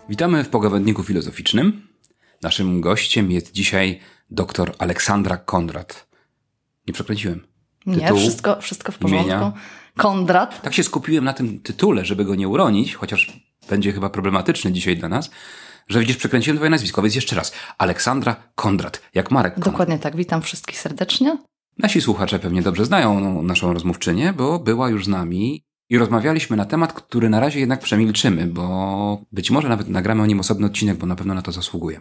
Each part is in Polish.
Witamy w Pogawędniku Filozoficznym. Naszym gościem jest dzisiaj dr Aleksandra Kondrat. Nie przekręciłem. Nie, wszystko w porządku. Imienia. Kondrat. Tak się skupiłem na tym tytule, żeby go nie uronić, chociaż będzie chyba problematyczny dzisiaj dla nas, że widzisz, przekręciłem twoje nazwisko, więc jeszcze raz. Aleksandra Kondrat, jak Marek Kondrat. Dokładnie tak. Witam wszystkich serdecznie. Nasi słuchacze pewnie dobrze znają naszą rozmówczynię, bo była już z nami i rozmawialiśmy na temat, który na razie jednak przemilczymy, bo być może nawet nagramy o nim osobny odcinek, bo na pewno na to zasługuje.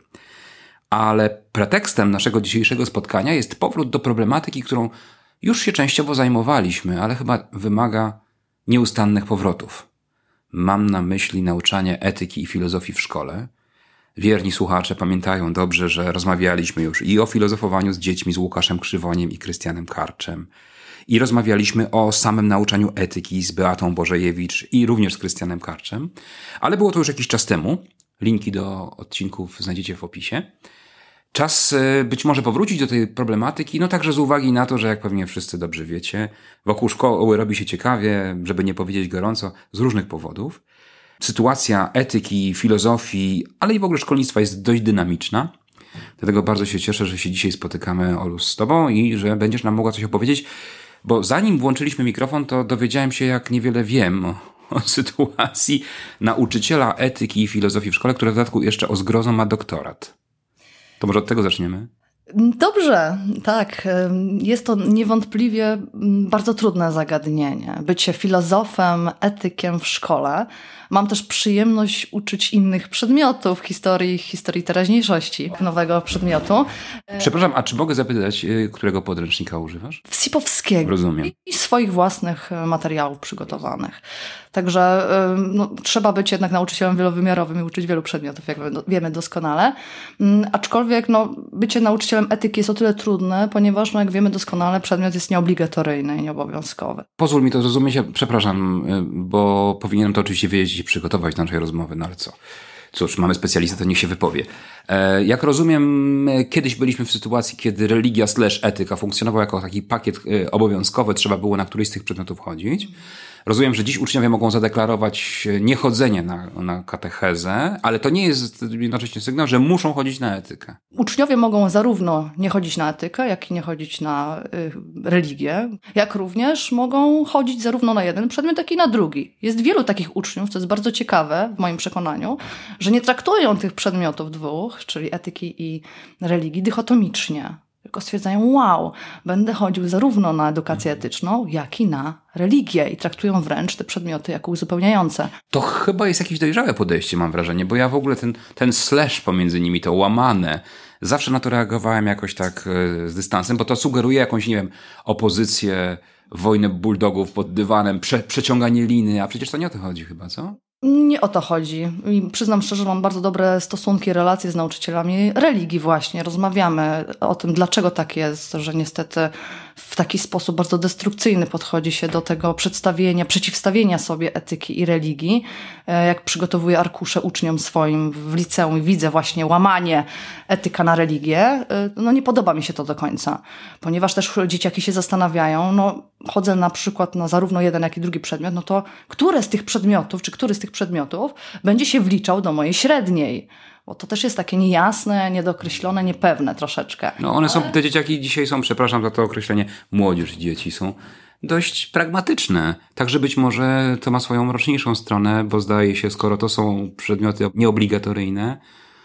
Ale pretekstem naszego dzisiejszego spotkania jest powrót do problematyki, którą już się częściowo zajmowaliśmy, ale chyba wymaga nieustannych powrotów. Mam na myśli nauczanie etyki i filozofii w szkole. Wierni słuchacze pamiętają dobrze, że rozmawialiśmy już i o filozofowaniu z dziećmi, z Łukaszem Krzywoniem i Krystianem Karczem. I rozmawialiśmy o samym nauczaniu etyki z Beatą Bożejewicz i również z Krystianem Karczem. Ale było to już jakiś czas temu. Linki do odcinków znajdziecie w opisie. Czas być może powrócić do tej problematyki, no także z uwagi na to, że jak pewnie wszyscy dobrze wiecie, wokół szkoły robi się ciekawie, żeby nie powiedzieć gorąco, z różnych powodów. Sytuacja etyki, filozofii, ale i w ogóle szkolnictwa jest dość dynamiczna. Dlatego bardzo się cieszę, że się dzisiaj spotykamy, Olu, z tobą i że będziesz nam mogła coś opowiedzieć, bo zanim włączyliśmy mikrofon, to dowiedziałem się, jak niewiele wiem o sytuacji nauczyciela etyki i filozofii w szkole, który w dodatku jeszcze o zgrozą ma doktorat. To może od tego zaczniemy? Dobrze, tak. Jest to niewątpliwie bardzo trudne zagadnienie. Bycie filozofem, etykiem w szkole. Mam też przyjemność uczyć innych przedmiotów, historii teraźniejszości, nowego przedmiotu. Przepraszam, a czy mogę zapytać, którego podręcznika używasz? Sipowskiego. Rozumiem. I swoich własnych materiałów przygotowanych. Także trzeba być jednak nauczycielem wielowymiarowym i uczyć wielu przedmiotów, jak wiemy doskonale. Aczkolwiek bycie nauczycielem etyki jest o tyle trudne, ponieważ jak wiemy doskonale, przedmiot jest nieobligatoryjny i nieobowiązkowy. Pozwól mi to zrozumieć, przepraszam, bo powinienem to oczywiście wiedzieć i przygotować do naszej rozmowy, no ale co? Cóż, mamy specjalistę, to niech się wypowie. Jak rozumiem, kiedyś byliśmy w sytuacji, kiedy religia / etyka funkcjonowała jako taki pakiet obowiązkowy, trzeba było na któryś z tych przedmiotów chodzić. Rozumiem, że dziś uczniowie mogą zadeklarować niechodzenie na katechezę, ale to nie jest jednocześnie sygnał, że muszą chodzić na etykę. Uczniowie mogą zarówno nie chodzić na etykę, jak i nie chodzić na religię, jak również mogą chodzić zarówno na jeden przedmiot, jak i na drugi. Jest wielu takich uczniów, co jest bardzo ciekawe w moim przekonaniu, że nie traktują tych przedmiotów dwóch, czyli etyki i religii, dychotomicznie. Tylko stwierdzają, wow, będę chodził zarówno na edukację etyczną, jak i na religię i traktują wręcz te przedmioty jako uzupełniające. To chyba jest jakieś dojrzałe podejście, mam wrażenie, bo ja w ogóle ten slash pomiędzy nimi, to łamane, zawsze na to reagowałem jakoś tak z dystansem, bo to sugeruje jakąś, nie wiem, opozycję, wojnę bulldogów pod dywanem, przeciąganie liny, a przecież to nie o to chodzi chyba, co? Nie o to chodzi. I przyznam szczerze, że mam bardzo dobre stosunki, relacje z nauczycielami religii właśnie. Rozmawiamy o tym, dlaczego tak jest, że niestety w taki sposób bardzo destrukcyjny podchodzi się do tego przeciwstawienia sobie etyki i religii. Jak przygotowuję arkusze uczniom swoim w liceum i widzę właśnie łamanie etyka na religię, nie podoba mi się to do końca. Ponieważ też dzieciaki się zastanawiają, chodzę na przykład na zarówno jeden, jak i drugi przedmiot, to który z tych przedmiotów będzie się wliczał do mojej średniej? Bo to też jest takie niejasne, niedookreślone, niepewne troszeczkę. Te dzieciaki dzisiaj są, przepraszam za to określenie, młodzież dzieci są dość pragmatyczne. Także być może to ma swoją mroczniejszą stronę, bo zdaje się, skoro to są przedmioty nieobligatoryjne,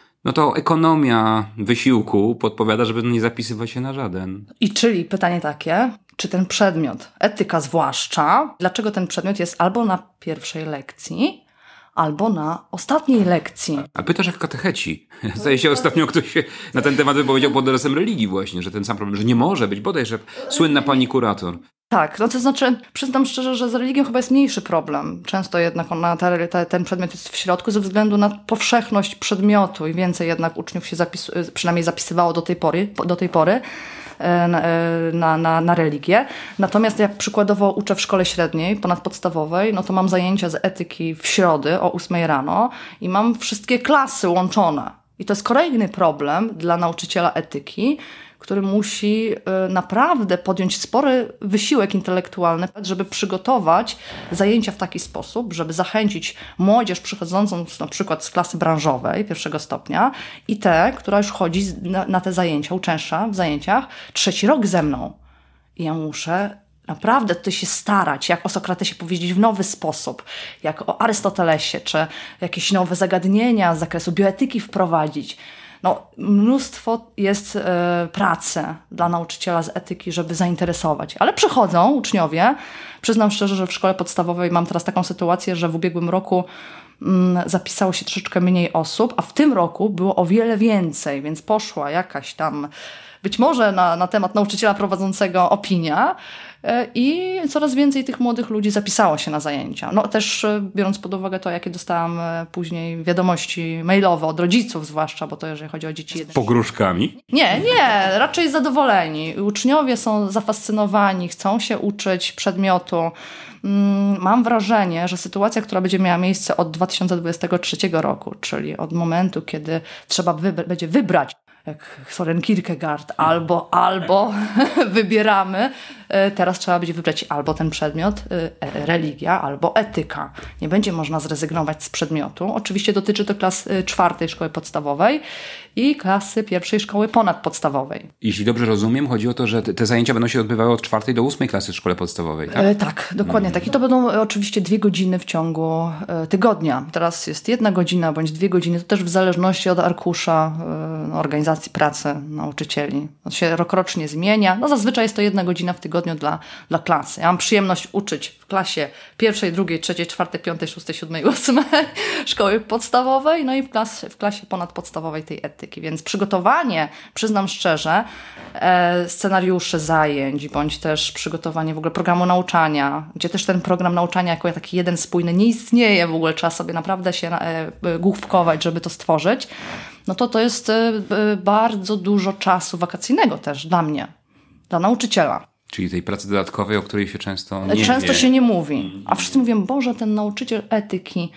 to ekonomia wysiłku podpowiada, żeby nie zapisywać się na żaden. I czyli pytanie takie, czy ten przedmiot, etyka zwłaszcza, dlaczego ten przedmiot jest albo na pierwszej lekcji, albo na ostatniej lekcji. A pytasz jak katecheci. Zdaje się, ostatnio ktoś się na ten temat wypowiedział pod adresem religii właśnie, że ten sam problem, że nie może być, bodajże słynna pani kurator. Tak, to znaczy przyznam szczerze, że z religią chyba jest mniejszy problem. Często jednak ten przedmiot jest w środku ze względu na powszechność przedmiotu i więcej jednak uczniów się przynajmniej zapisywało do tej pory na religię. Natomiast jak przykładowo uczę w szkole średniej, ponadpodstawowej, to mam zajęcia z etyki w środę o 8 rano i mam wszystkie klasy łączone. I to jest kolejny problem dla nauczyciela etyki, który musi naprawdę podjąć spory wysiłek intelektualny, żeby przygotować zajęcia w taki sposób, żeby zachęcić młodzież przychodzącą na przykład z klasy branżowej pierwszego stopnia i tę, która już chodzi na te zajęcia, uczęszcza w zajęciach 3. rok ze mną. I ja muszę naprawdę tutaj się starać, jak o Sokratesie powiedzieć w nowy sposób, jak o Arystotelesie, czy jakieś nowe zagadnienia z zakresu bioetyki wprowadzić. No, mnóstwo jest pracy dla nauczyciela z etyki, żeby zainteresować. Ale przychodzą uczniowie. Przyznam szczerze, że w szkole podstawowej mam teraz taką sytuację, że w ubiegłym roku zapisało się troszeczkę mniej osób, a w tym roku było o wiele więcej, więc poszła jakaś tam, być może na temat nauczyciela prowadzącego opinia, i coraz więcej tych młodych ludzi zapisało się na zajęcia. No też biorąc pod uwagę to, jakie dostałam później wiadomości mailowe od rodziców zwłaszcza, bo to jeżeli chodzi o dzieci... Z pogróżkami? Nie, raczej zadowoleni. Uczniowie są zafascynowani, chcą się uczyć przedmiotu. Mam wrażenie, że sytuacja, która będzie miała miejsce od 2023 roku, czyli od momentu, kiedy trzeba będzie wybrać, jak Soren Kierkegaard, albo wybieramy. Teraz trzeba będzie wybrać albo ten przedmiot, religia, albo etyka. Nie będzie można zrezygnować z przedmiotu. Oczywiście dotyczy to klas 4 szkoły podstawowej i klasy 1 szkoły ponadpodstawowej. Jeśli dobrze rozumiem, chodzi o to, że te zajęcia będą się odbywały od 4 do 8 klasy w szkole podstawowej, tak? Tak, dokładnie tak. I to będą oczywiście 2 godziny w ciągu tygodnia. Teraz jest 1 godzina bądź 2 godziny. To też w zależności od arkusza organizacji pracy nauczycieli. To się rokrocznie zmienia. No zazwyczaj jest to 1 godzina w tygodniu dla klasy. Ja mam przyjemność uczyć w klasie 1, 2, 3, 4, 5, 6, 7, 8 szkoły podstawowej, no i w klasie ponadpodstawowej tej etyki. Więc przygotowanie, przyznam szczerze, scenariuszy zajęć, bądź też przygotowanie w ogóle programu nauczania, gdzie też ten program nauczania jako taki jeden spójny nie istnieje w ogóle, trzeba sobie naprawdę się główkować, żeby to stworzyć, no to jest bardzo dużo czasu wakacyjnego też dla mnie, dla nauczyciela. Czyli tej pracy dodatkowej, o której się często nie Często wie. się nie mówi. A wszyscy mówią, Boże, ten nauczyciel etyki.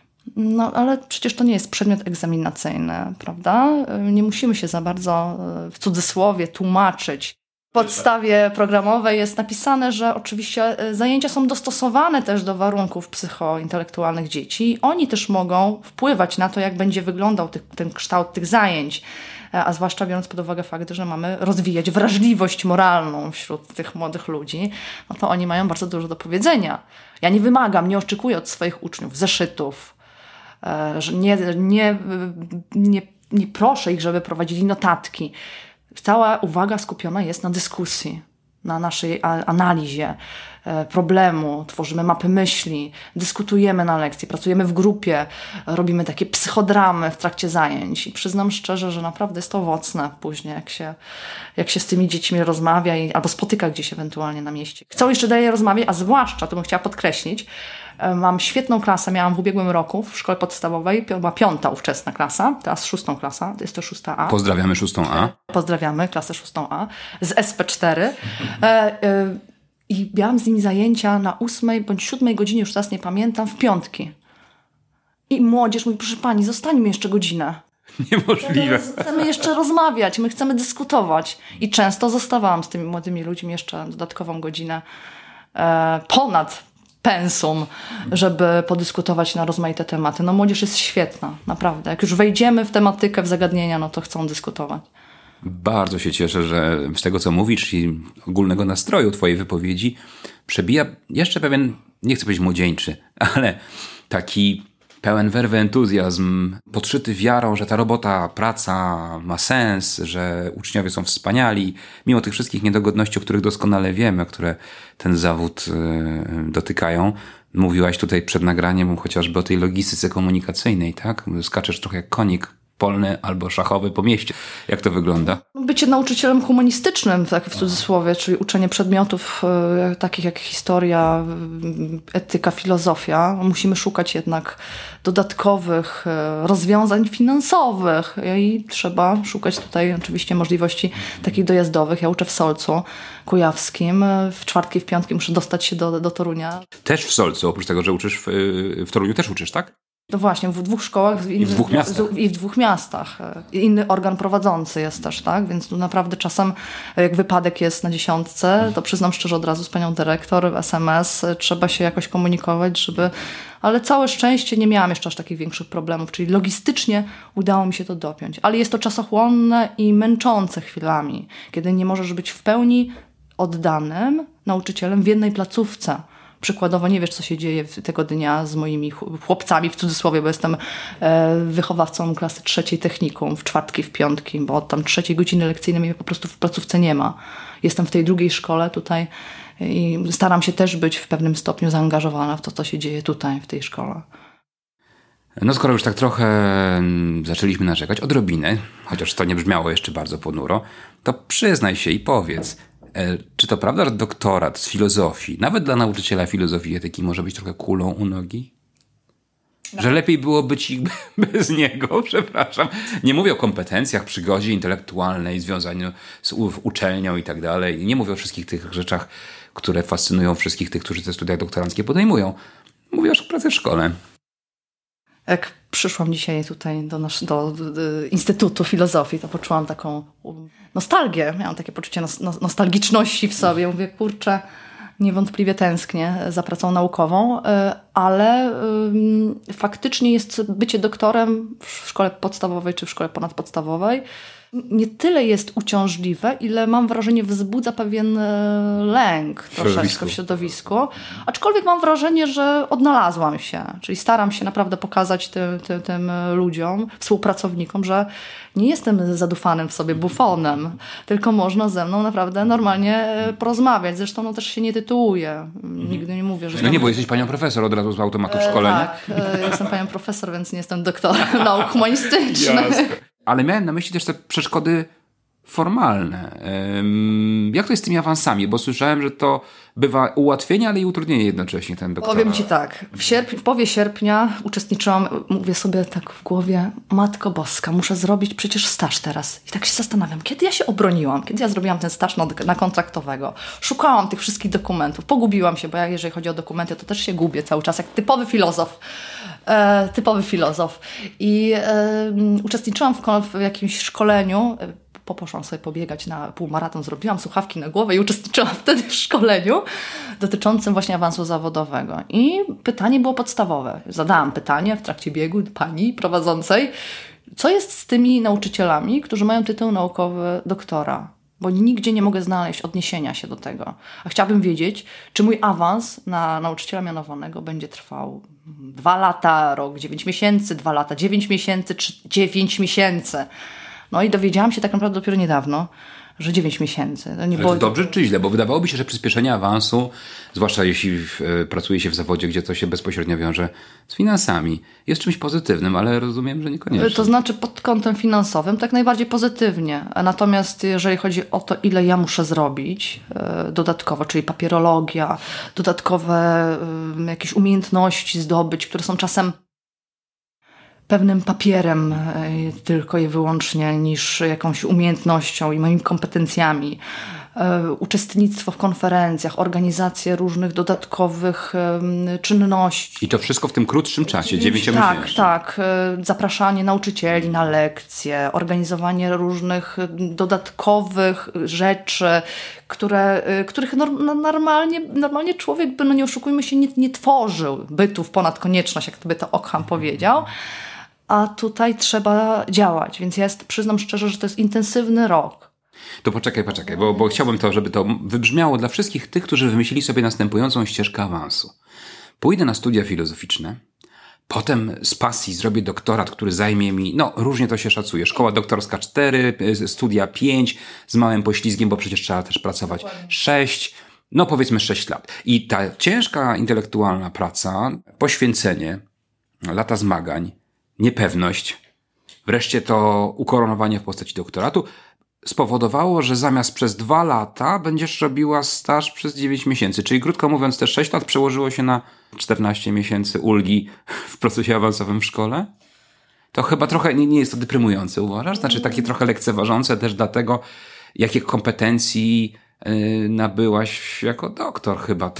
No ale przecież to nie jest przedmiot egzaminacyjny, prawda? Nie musimy się za bardzo w cudzysłowie tłumaczyć. W podstawie programowej jest napisane, że oczywiście zajęcia są dostosowane też do warunków psychointelektualnych dzieci. Oni też mogą wpływać na to, jak będzie wyglądał ten kształt tych zajęć. A zwłaszcza biorąc pod uwagę fakt, że mamy rozwijać wrażliwość moralną wśród tych młodych ludzi, no to oni mają bardzo dużo do powiedzenia. Ja nie wymagam, nie oczekuję od swoich uczniów zeszytów, że nie proszę ich, żeby prowadzili notatki. Cała uwaga skupiona jest na dyskusji, na naszej analizie problemu, tworzymy mapy myśli, dyskutujemy na lekcji, pracujemy w grupie, robimy takie psychodramy w trakcie zajęć i przyznam szczerze, że naprawdę jest to owocne później, jak się z tymi dziećmi rozmawia albo spotyka gdzieś ewentualnie na mieście. Chcą jeszcze dalej rozmawiać, a zwłaszcza, to bym chciała podkreślić, mam świetną klasę, miałam w ubiegłym roku w szkole podstawowej, była 5. ówczesna klasa, teraz 6. klasa, to jest to 6A. Pozdrawiamy 6A. Pozdrawiamy klasę 6A z SP4. I miałam z nimi zajęcia na 8 bądź 7 godzinie, już teraz nie pamiętam, w piątki. I młodzież mówi, proszę pani, zostańmy jeszcze godzinę. Niemożliwe. Chcemy jeszcze rozmawiać, my chcemy dyskutować. I często zostawałam z tymi młodymi ludźmi jeszcze dodatkową godzinę ponad pensum, żeby podyskutować na rozmaite tematy. No młodzież jest świetna, naprawdę. Jak już wejdziemy w tematykę, w zagadnienia, no to chcą dyskutować. Bardzo się cieszę, że z tego, co mówisz i ogólnego nastroju twojej wypowiedzi przebija jeszcze pewien, nie chcę powiedzieć młodzieńczy, ale taki pełen werwy entuzjazm, podszyty wiarą, że ta robota, praca ma sens, że uczniowie są wspaniali, mimo tych wszystkich niedogodności, o których doskonale wiemy, które ten zawód dotykają. Mówiłaś tutaj przed nagraniem chociażby o tej logistyce komunikacyjnej, tak? Skaczesz trochę jak konik polny albo szachowy po mieście. Jak to wygląda? Bycie nauczycielem humanistycznym, tak w cudzysłowie, czyli uczenie przedmiotów takich jak historia, etyka, filozofia. Musimy szukać jednak dodatkowych rozwiązań finansowych i trzeba szukać tutaj oczywiście możliwości takich dojazdowych. Ja uczę w Solcu Kujawskim. W czwartki, w piątki muszę dostać się do Torunia. Też w Solcu, oprócz tego, że uczysz w Toruniu, też uczysz, tak? No właśnie, w 2 szkołach i w 2 miastach. I w 2 miastach. Inny organ prowadzący jest też, tak? Więc tu naprawdę czasem, jak wypadek jest na 10, to przyznam szczerze od razu z panią dyrektor, SMS, trzeba się jakoś komunikować, żeby... Ale całe szczęście nie miałam jeszcze aż takich większych problemów, czyli logistycznie udało mi się to dopiąć. Ale jest to czasochłonne i męczące chwilami, kiedy nie możesz być w pełni oddanym nauczycielem w jednej placówce. Przykładowo nie wiesz, co się dzieje tego dnia z moimi chłopcami, w cudzysłowie, bo jestem wychowawcą klasy 3 technikum, w czwartki, w piątki, bo od tam 3 godziny lekcyjnej mnie po prostu w placówce nie ma. Jestem w tej drugiej szkole tutaj i staram się też być w pewnym stopniu zaangażowana w to, co się dzieje tutaj, w tej szkole. No skoro już tak trochę zaczęliśmy narzekać, odrobinę, chociaż to nie brzmiało jeszcze bardzo ponuro, to przyznaj się i powiedz, czy to prawda, że doktorat z filozofii, nawet dla nauczyciela filozofii i etyki, może być trochę kulą u nogi? No. Że lepiej było być ich bez niego, przepraszam. Nie mówię o kompetencjach, przygodzie intelektualnej, związaniu z uczelnią i tak dalej. Nie mówię o wszystkich tych rzeczach, które fascynują wszystkich tych, którzy te studia doktoranckie podejmują. Mówię o pracy w szkole. Jak przyszłam dzisiaj tutaj do Instytutu Filozofii, to poczułam taką nostalgię. Miałam takie poczucie nostalgiczności w sobie. Mówię, kurczę, niewątpliwie tęsknię za pracą naukową, ale faktycznie jest bycie doktorem w szkole podstawowej czy w szkole ponadpodstawowej nie tyle jest uciążliwe, ile mam wrażenie wzbudza pewien lęk troszeczkę w środowisku. Aczkolwiek mam wrażenie, że odnalazłam się. Czyli staram się naprawdę pokazać tym ludziom, współpracownikom, że nie jestem zadufanym w sobie bufonem, tylko można ze mną naprawdę normalnie porozmawiać. Zresztą no, też się nie tytułuję. Nigdy nie mówię, że... No nie, bo jesteś panią profesor od razu z automatu w szkole, tak, jestem panią profesor, więc nie jestem doktorem nauk humanistycznych. Ale miałem na myśli też te przeszkody formalne. Jak to jest z tymi awansami? Bo słyszałem, że to bywa ułatwienie, ale i utrudnienie jednocześnie ten doktorat. Powiem ci tak. W połowie sierpnia uczestniczyłam, mówię sobie tak w głowie, Matko Boska, muszę zrobić przecież staż teraz. I tak się zastanawiam, kiedy ja się obroniłam, kiedy ja zrobiłam ten staż na kontraktowego. Szukałam tych wszystkich dokumentów, pogubiłam się, bo ja, jeżeli chodzi o dokumenty, to też się gubię cały czas, jak typowy filozof. I uczestniczyłam w jakimś szkoleniu. Poszłam sobie pobiegać na półmaraton, zrobiłam słuchawki na głowę i uczestniczyłam wtedy w szkoleniu dotyczącym właśnie awansu zawodowego. I pytanie było podstawowe. Zadałam pytanie w trakcie biegu pani prowadzącej, co jest z tymi nauczycielami, którzy mają tytuł naukowy doktora? Bo nigdzie nie mogę znaleźć odniesienia się do tego. A chciałabym wiedzieć, czy mój awans na nauczyciela mianowanego będzie trwał 2 lata, rok, 9 miesięcy, 2 lata, 9 miesięcy, czy 9 miesięcy. No i dowiedziałam się tak naprawdę dopiero niedawno, że 9 miesięcy. To nie było... to dobrze czy źle? Bo wydawałoby się, że przyspieszenie awansu, zwłaszcza jeśli pracuje się w zawodzie, gdzie to się bezpośrednio wiąże z finansami, jest czymś pozytywnym, ale rozumiem, że niekoniecznie. To znaczy pod kątem finansowym tak najbardziej pozytywnie. Natomiast jeżeli chodzi o to, ile ja muszę zrobić dodatkowo, czyli papierologia, dodatkowe jakieś umiejętności zdobyć, które są czasem pewnym papierem tylko i wyłącznie niż jakąś umiejętnością i moimi kompetencjami. Uczestnictwo w konferencjach, organizację różnych dodatkowych czynności. I to wszystko w tym krótszym czasie, 9 miesięcy. Tak. Zapraszanie nauczycieli na lekcje, organizowanie różnych dodatkowych rzeczy, których normalnie człowiek by, no nie oszukujmy się, nie tworzył bytów ponad konieczność, jak by to Ockham powiedział. A tutaj trzeba działać, więc ja przyznam szczerze, że to jest intensywny rok. To poczekaj, bo chciałbym to, żeby to wybrzmiało dla wszystkich tych, którzy wymyślili sobie następującą ścieżkę awansu. Pójdę na studia filozoficzne, potem z pasji zrobię doktorat, który zajmie mi, no różnie to się szacuje, szkoła doktorska 4, studia 5, z małym poślizgiem, bo przecież trzeba też pracować 6, no powiedzmy 6 lat. I ta ciężka intelektualna praca, poświęcenie, lata zmagań, niepewność, wreszcie to ukoronowanie w postaci doktoratu spowodowało, że zamiast przez 2 lata będziesz robiła staż przez 9 miesięcy. Czyli krótko mówiąc, te 6 lat przełożyło się na 14 miesięcy ulgi w procesie awansowym w szkole? To chyba trochę nie jest to deprymujące, uważasz? Znaczy takie trochę lekceważące też dlatego, jakich kompetencji nabyłaś jako doktor chyba.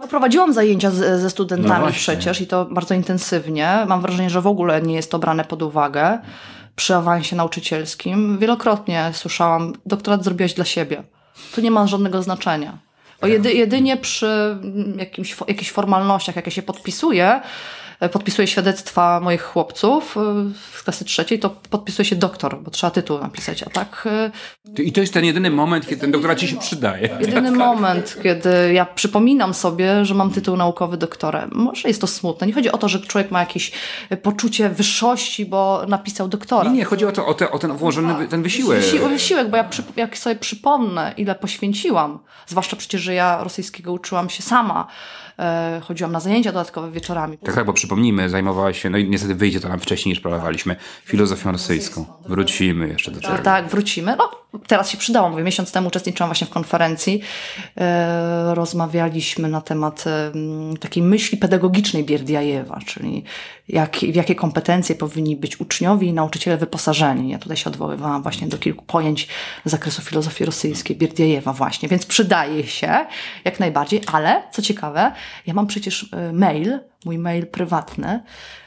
Prowadziłam zajęcia ze studentami No przecież i to bardzo intensywnie. Mam wrażenie, że w ogóle nie jest to brane pod uwagę przy awansie nauczycielskim. Wielokrotnie słyszałam, doktorat zrobiłaś dla siebie. To nie ma żadnego znaczenia. Jedynie przy jakichś formalnościach, jakie się podpisuje świadectwa moich chłopców z klasy 3, to podpisuje się doktor, bo trzeba tytuł napisać, a tak... I to jest ten jedyny moment, kiedy ten doktorat ci się przydaje. Jedyny moment, kiedy ja przypominam sobie, że mam tytuł naukowy doktora. Może jest to smutne. Nie chodzi o to, że człowiek ma jakieś poczucie wyższości, bo napisał doktora. Nie, chodzi o ten włożony ten wysiłek. Wysiłek, bo jak sobie przypomnę, ile poświęciłam, zwłaszcza przecież, że ja rosyjskiego uczyłam się sama, chodziłam na zajęcia dodatkowe wieczorami. Tak, bo przypomnijmy, zajmowałaś się, no i niestety wyjdzie to nam wcześniej niż planowaliśmy, filozofią rosyjską. Wrócimy jeszcze do tego. Tak, wrócimy. No, teraz się przydało. Mówię, miesiąc temu uczestniczyłam właśnie w konferencji. Rozmawialiśmy na temat takiej myśli pedagogicznej Bierdiajewa, czyli w jakie kompetencje powinni być uczniowie i nauczyciele wyposażeni. Ja tutaj się odwoływałam właśnie do kilku pojęć z zakresu filozofii rosyjskiej, Bierdiajewa właśnie, więc przydaje się jak najbardziej, ale co ciekawe, ja mam przecież mój mail prywatny,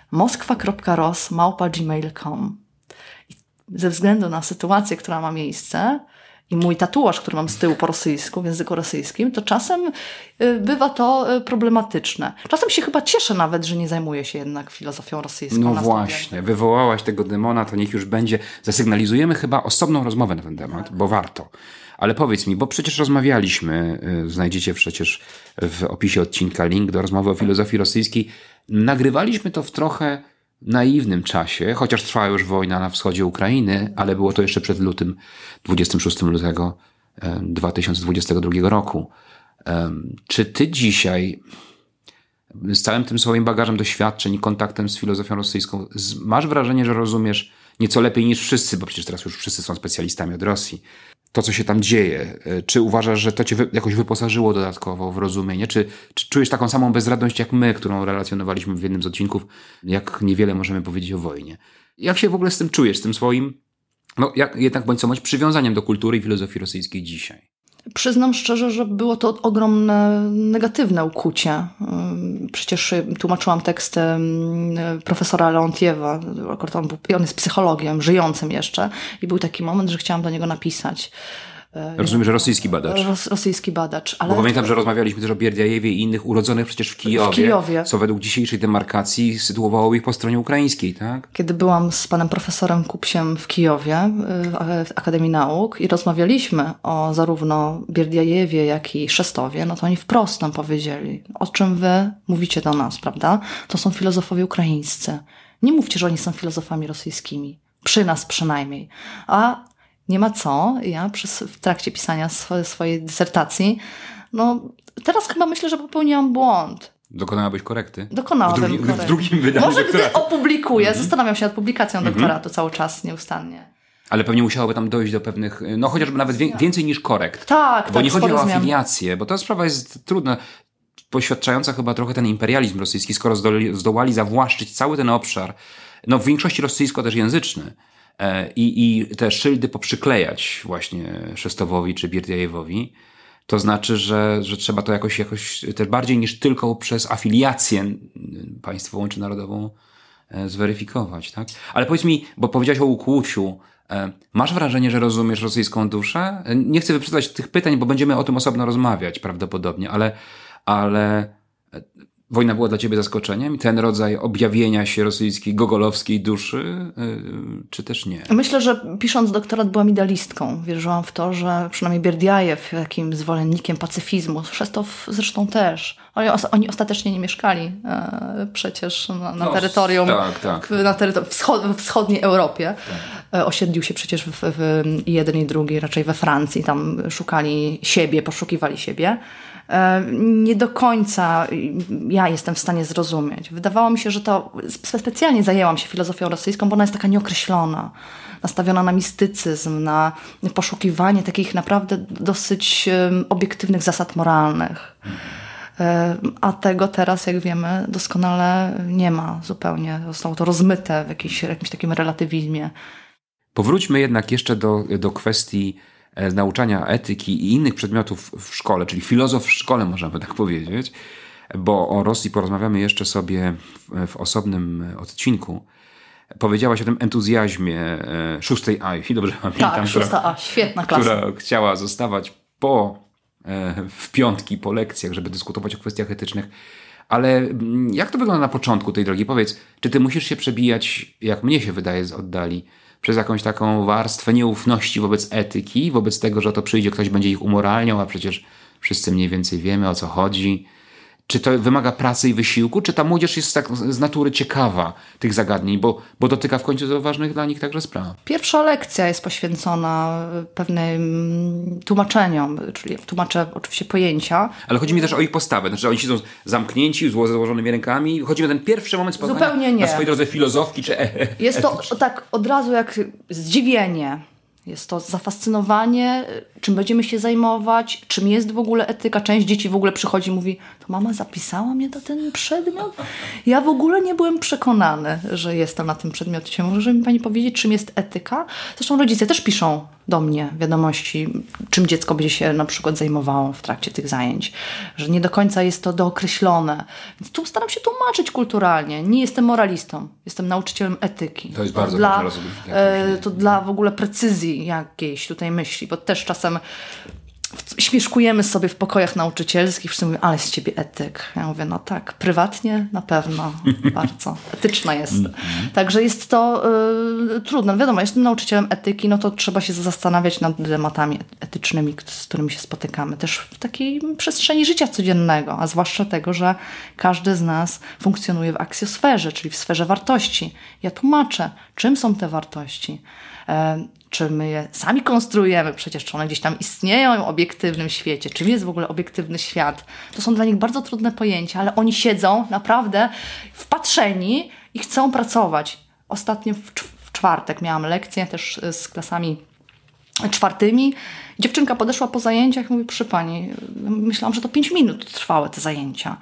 moskwa.ros@gmail.com. Ze względu na sytuację, która ma miejsce i mój tatuaż, który mam z tyłu po rosyjsku, w języku rosyjskim, to czasem bywa to problematyczne. Czasem się chyba cieszę nawet, że nie zajmuję się jednak filozofią rosyjską. No właśnie, wywołałaś tego demona, to niech już będzie. Zasygnalizujemy chyba osobną rozmowę na ten temat, bo warto. Ale powiedz mi, bo przecież rozmawialiśmy, znajdziecie przecież w opisie odcinka link do rozmowy o filozofii rosyjskiej. Nagrywaliśmy to w trochę naiwnym czasie, chociaż trwała już wojna na wschodzie Ukrainy, ale było to jeszcze przed 26 lutego 2022 roku. Czy ty dzisiaj z całym tym swoim bagażem doświadczeń i kontaktem z filozofią rosyjską masz wrażenie, że rozumiesz nieco lepiej niż wszyscy, bo przecież teraz już wszyscy są specjalistami od Rosji, to, co się tam dzieje? Czy uważasz, że to cię jakoś wyposażyło dodatkowo w rozumienie? Czy czujesz taką samą bezradność jak my, którą relacjonowaliśmy w jednym z odcinków, jak niewiele możemy powiedzieć o wojnie? Jak się w ogóle z tym czujesz, z tym swoim, jednak bądź co bądź, przywiązaniem do kultury i filozofii rosyjskiej dzisiaj? Przyznam szczerze, że było to ogromne negatywne ukucie. Przecież tłumaczyłam tekst profesora Leontiewa, on jest psychologiem, żyjącym jeszcze, i był taki moment, że chciałam do niego napisać. Rozumiem, że rosyjski badacz. Rosyjski badacz. Ale... Bo pamiętam, że rozmawialiśmy też o Bierdiajewie i innych urodzonych przecież w Kijowie, co według dzisiejszej demarkacji sytuowało ich po stronie ukraińskiej, tak? Kiedy byłam z panem profesorem Kupsiem w Kijowie, w Akademii Nauk, i rozmawialiśmy o zarówno Bierdiajewie, jak i Szestowie, no to oni wprost nam powiedzieli, o czym wy mówicie do nas, prawda? To są filozofowie ukraińscy. Nie mówcie, że oni są filozofami rosyjskimi. Przy nas przynajmniej. A nie ma co. Ja w trakcie pisania swojej dysertacji, teraz chyba myślę, że popełniłam błąd. Dokonałabyś korekty? Dokonałabym korekty. W drugim wydaniu Może doktoratu. gdy opublikuję, zastanawiam się nad publikacją doktoratu cały czas, nieustannie. Ale pewnie musiałoby tam dojść do pewnych, chociażby nawet więcej niż korekt. Tak, bo nie chodzi o afiliację, bo ta sprawa jest trudna, poświadczająca chyba trochę ten imperializm rosyjski, skoro zdołali zawłaszczyć cały ten obszar, w większości rosyjsko też języczny, i te szyldy poprzyklejać właśnie Szestowowi czy Bierdiajewowi, to znaczy, że trzeba to jakoś też bardziej niż tylko przez afiliację państwową czy narodową zweryfikować, tak? Ale powiedz mi, bo powiedziałeś o ukłuciu, masz wrażenie, że rozumiesz rosyjską duszę? Nie chcę wyprzedzać tych pytań, bo będziemy o tym osobno rozmawiać prawdopodobnie, ale wojna była dla ciebie zaskoczeniem? Ten rodzaj objawienia się rosyjskiej, gogolowskiej duszy? Czy też nie? Myślę, że pisząc doktorat byłam idealistką. Wierzyłam w to, że przynajmniej Bierdiajew, takim zwolennikiem pacyfizmu, Szesztow zresztą też. Oni ostatecznie nie mieszkali przecież na terytorium, w wschodniej Europie. Tak. Osiedlił się przecież i jeden i drugi raczej we Francji. Tam szukali siebie, poszukiwali siebie. Nie do końca ja jestem w stanie zrozumieć. Wydawało mi się, że to specjalnie zajęłam się filozofią rosyjską, bo ona jest taka nieokreślona, nastawiona na mistycyzm, na poszukiwanie takich naprawdę dosyć obiektywnych zasad moralnych. A tego teraz, jak wiemy, doskonale nie ma zupełnie. Zostało to rozmyte w jakimś takim relatywizmie. Powróćmy jednak jeszcze do kwestii nauczania etyki i innych przedmiotów w szkole, czyli filozof w szkole, można by tak powiedzieć. bo o Rosji porozmawiamy jeszcze sobie w osobnym odcinku. Powiedziałaś o tym entuzjazmie 6A, jeśli dobrze pamiętam. Tak, 6A, świetna klasa. Która chciała zostawać w piątki, po lekcjach, żeby dyskutować o kwestiach etycznych. Ale jak to wygląda na początku tej drogi? Powiedz, czy ty musisz się przebijać, jak mnie się wydaje z oddali, przez jakąś taką warstwę nieufności wobec etyki, wobec tego, że to przyjdzie, ktoś będzie ich umoralniał, a przecież wszyscy mniej więcej wiemy, o co chodzi. Czy to wymaga pracy i wysiłku, czy ta młodzież jest tak z natury ciekawa tych zagadnień, bo dotyka w końcu do ważnych dla nich także spraw? Pierwsza lekcja jest poświęcona pewnym tłumaczeniom, czyli tłumaczę oczywiście pojęcia. Ale chodzi mi też o ich postawę. Znaczy, oni siedzą zamknięci, z założonymi rękami. Chodzi mi o ten pierwszy moment spotkania Zupełnie nie. Na swojej drodze filozofki czy Jest to tak od razu jak zdziwienie. Jest to zafascynowanie, czym będziemy się zajmować, czym jest w ogóle etyka. Część dzieci w ogóle przychodzi i mówi, to mama zapisała mnie na ten przedmiot? Ja w ogóle nie byłem przekonany, że jestem na tym przedmiocie. Może mi pani powiedzieć, czym jest etyka? Zresztą rodzice też piszą do mnie wiadomości, czym dziecko będzie się na przykład zajmowało w trakcie tych zajęć. Że nie do końca jest to dookreślone. Więc tu staram się tłumaczyć kulturalnie. Nie jestem moralistą. Jestem nauczycielem etyki. To jest bardzo ważne rozumiem. To dla w ogóle precyzji jakiejś tutaj myśli, bo też czasem śmieszkujemy sobie w pokojach nauczycielskich, wszyscy mówią, ale z ciebie etyk. Ja mówię, no tak, prywatnie na pewno bardzo etyczna jest. Także jest to trudne. Wiadomo, jestem nauczycielem etyki, no to trzeba się zastanawiać nad dylematami etycznymi, z którymi się spotykamy. Też w takiej przestrzeni życia codziennego, a zwłaszcza tego, że każdy z nas funkcjonuje w aksjosferze, czyli w sferze wartości. Ja tłumaczę, czym są te wartości. Czy my je sami konstruujemy, przecież czy one gdzieś tam istnieją w obiektywnym świecie, czym jest w ogóle obiektywny świat. To są dla nich bardzo trudne pojęcia, ale oni siedzą naprawdę wpatrzeni i chcą pracować. Ostatnio w czwartek miałam lekcję też z klasami czwartymi. Dziewczynka podeszła po zajęciach i mówi, proszę pani, myślałam, że to 5 minut trwały te zajęcia.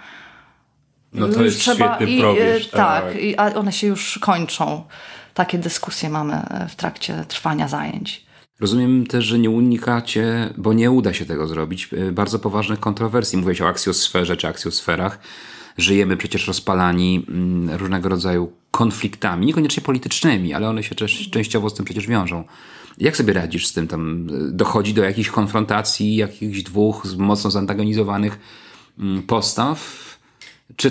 No to jest świetny probierz. Tak, a one się już kończą. Takie dyskusje mamy w trakcie trwania zajęć. Rozumiem też, że nie unikacie, bo nie uda się tego zrobić, bardzo poważnych kontrowersji. Mówiłeś o aksjosferze czy aksjosferach. Żyjemy przecież rozpalani różnego rodzaju konfliktami, niekoniecznie politycznymi, ale one się też częściowo z tym przecież wiążą. Jak sobie radzisz z tym? Tam dochodzi do jakichś konfrontacji, jakichś dwóch mocno zantagonizowanych postaw? Czy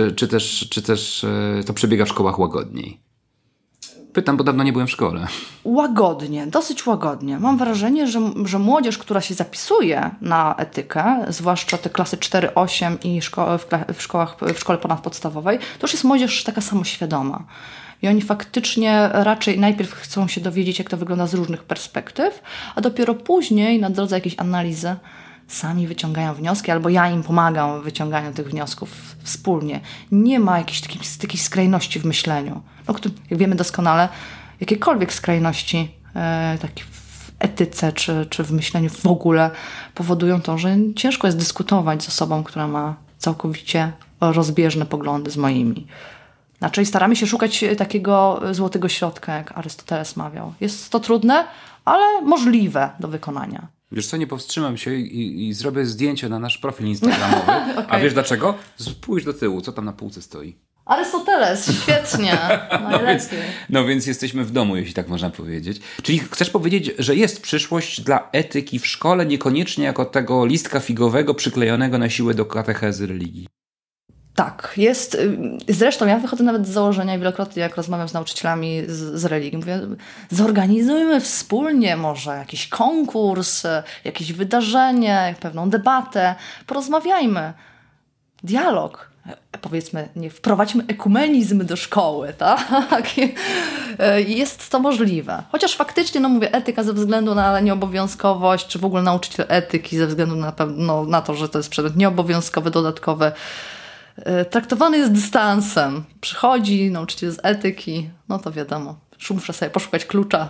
też to przebiega w szkołach łagodniej? Pytam, bo dawno nie byłem w szkole. Łagodnie, dosyć łagodnie. Mam wrażenie, że młodzież, która się zapisuje na etykę, zwłaszcza te klasy 4-8 i w szkole ponadpodstawowej, to już jest młodzież taka samoświadoma. I oni faktycznie raczej najpierw chcą się dowiedzieć, jak to wygląda z różnych perspektyw, a dopiero później na drodze jakiejś analizy sami wyciągają wnioski, albo ja im pomagam w wyciąganiu tych wniosków wspólnie. Nie ma jakiejś takiej skrajności w myśleniu. No, jak wiemy doskonale, jakiekolwiek skrajności takie w etyce czy w myśleniu w ogóle powodują to, że ciężko jest dyskutować z osobą, która ma całkowicie rozbieżne poglądy z moimi. Znaczy staramy się szukać takiego złotego środka, jak Arystoteles mawiał. Jest to trudne, ale możliwe do wykonania. Wiesz co, nie powstrzymam się i zrobię zdjęcie na nasz profil instagramowy. Okay. A wiesz dlaczego? Spójrz do tyłu, co tam na półce stoi. Arystoteles, świetnie, najlepiej. No więc jesteśmy w domu, jeśli tak można powiedzieć. Czyli chcesz powiedzieć, że jest przyszłość dla etyki w szkole, niekoniecznie jako tego listka figowego przyklejonego na siłę do katechezy religii. Tak, jest. Zresztą ja wychodzę nawet z założenia i wielokrotnie jak rozmawiam z nauczycielami z religii, mówię, zorganizujmy wspólnie może jakiś konkurs, jakieś wydarzenie, pewną debatę, porozmawiajmy. Dialog. Powiedzmy, nie wprowadźmy ekumenizm do szkoły, tak? Jest to możliwe. Chociaż faktycznie, no mówię, etyka ze względu na nieobowiązkowość, czy w ogóle nauczyciel etyki ze względu na to, że to jest przedmiot nieobowiązkowy, dodatkowy, traktowany jest dystansem. Przychodzi nauczyciel z etyki, no to wiadomo, muszę sobie poszukać klucza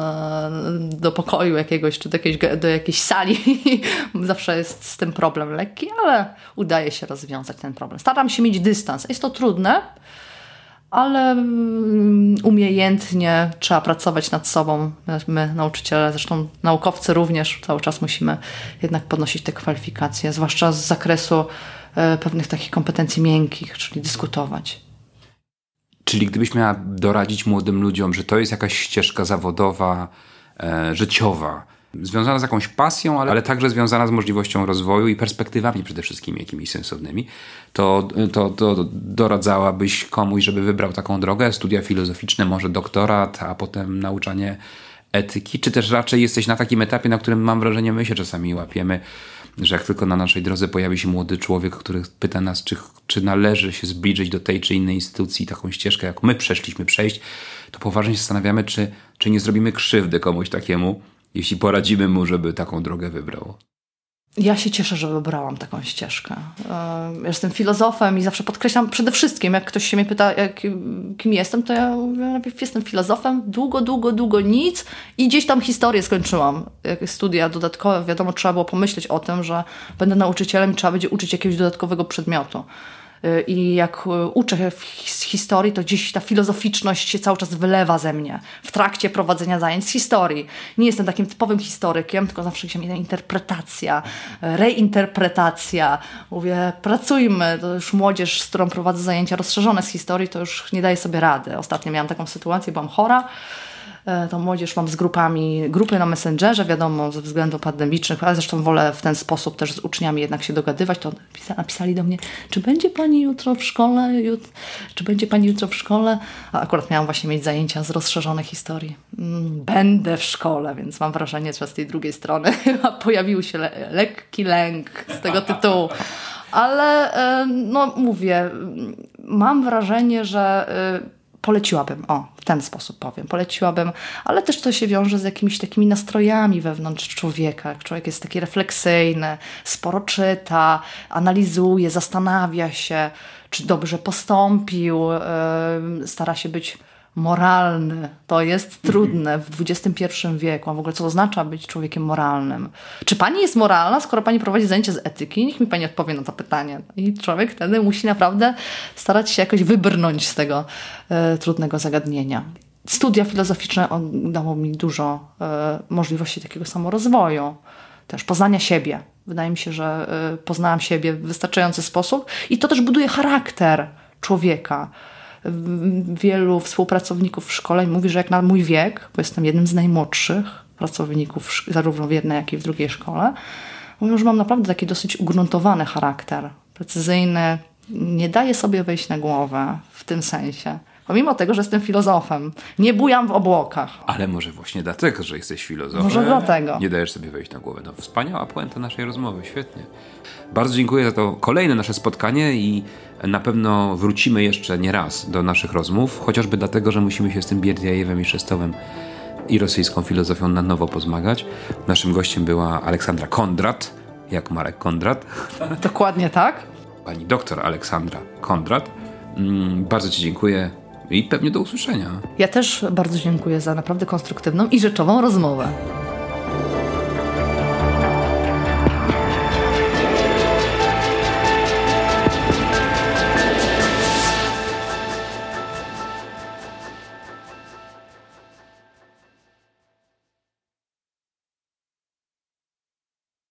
do pokoju jakiegoś, czy do jakiejś sali. Zawsze jest z tym problem lekki, ale udaje się rozwiązać ten problem. Staram się mieć dystans. Jest to trudne, ale umiejętnie trzeba pracować nad sobą. My, nauczyciele, zresztą naukowcy również, cały czas musimy jednak podnosić te kwalifikacje, zwłaszcza z zakresu pewnych takich kompetencji miękkich, czyli dyskutować. Czyli gdybyś miała doradzić młodym ludziom, że to jest jakaś ścieżka zawodowa, życiowa, związana z jakąś pasją, ale także związana z możliwością rozwoju i perspektywami przede wszystkim jakimiś sensownymi, to doradzałabyś komuś, żeby wybrał taką drogę, studia filozoficzne, może doktorat, a potem nauczanie etyki, czy też raczej jesteś na takim etapie, na którym mam wrażenie, my się czasami łapiemy, że jak tylko na naszej drodze pojawi się młody człowiek, który pyta nas, czy należy się zbliżyć do tej czy innej instytucji, taką ścieżkę, jak my przeszliśmy przejść, to poważnie się zastanawiamy, czy nie zrobimy krzywdy komuś takiemu, jeśli poradzimy mu, żeby taką drogę wybrał. Ja się cieszę, że wybrałam taką ścieżkę. Jestem filozofem i zawsze podkreślam przede wszystkim, jak ktoś się mnie pyta, kim jestem, to ja mówię, najpierw jestem filozofem, długo nic i gdzieś tam historię skończyłam. Studia dodatkowe, wiadomo, trzeba było pomyśleć o tym, że będę nauczycielem i trzeba będzie uczyć jakiegoś dodatkowego przedmiotu. I jak uczę z historii, to gdzieś ta filozoficzność się cały czas wylewa ze mnie w trakcie prowadzenia zajęć z historii. Nie jestem takim typowym historykiem, tylko zawsze gdzieś mnie interpretacja, reinterpretacja. Mówię, pracujmy. To już młodzież, z którą prowadzę zajęcia rozszerzone z historii, to już nie daje sobie rady. Ostatnio miałam taką sytuację, byłam chora. Tą młodzież mam z grupy na Messengerze, wiadomo, ze względów pandemicznych, ale zresztą wolę w ten sposób też z uczniami jednak się dogadywać. To napisali do mnie, czy będzie pani jutro w szkole? Czy będzie pani jutro w szkole? A akurat miałam właśnie mieć zajęcia z rozszerzonej historii. Będę w szkole, więc mam wrażenie, że z tej drugiej strony pojawił się lekki lęk z tego tytułu. Ale no mówię, mam wrażenie, że poleciłabym, w ten sposób powiem, poleciłabym, ale też to się wiąże z jakimiś takimi nastrojami wewnątrz człowieka. Jak człowiek jest taki refleksyjny, sporo czyta, analizuje, zastanawia się, czy dobrze postąpił, stara się być moralny. To jest trudne w XXI wieku. A w ogóle co oznacza być człowiekiem moralnym? Czy pani jest moralna, skoro pani prowadzi zajęcia z etyki? Niech mi pani odpowie na to pytanie. I człowiek wtedy musi naprawdę starać się jakoś wybrnąć z tego trudnego zagadnienia. Studia filozoficzne dało mi dużo możliwości takiego samorozwoju. Też poznania siebie. Wydaje mi się, że poznałam siebie w wystarczający sposób i to też buduje charakter człowieka. Wielu współpracowników w szkole mówi, że jak na mój wiek, bo jestem jednym z najmłodszych pracowników zarówno w jednej, jak i w drugiej szkole, mówią, że mam naprawdę taki dosyć ugruntowany charakter, precyzyjny, nie daję sobie wejść na głowę w tym sensie. Pomimo tego, że jestem filozofem. Nie bujam w obłokach. Ale może właśnie dlatego, że jesteś filozofem. Może dlatego. Nie dajesz sobie wejść na głowę. No, wspaniała puenta naszej rozmowy. Świetnie. Bardzo dziękuję za to kolejne nasze spotkanie i na pewno wrócimy jeszcze nie raz do naszych rozmów, chociażby dlatego, że musimy się z tym Bierdiajewem i Szestowem i rosyjską filozofią na nowo pozmagać. Naszym gościem była Aleksandra Kondrat, jak Marek Kondrat. Dokładnie tak. Pani doktor Aleksandra Kondrat. Bardzo ci dziękuję. I pewnie do usłyszenia. Ja też bardzo dziękuję za naprawdę konstruktywną i rzeczową rozmowę.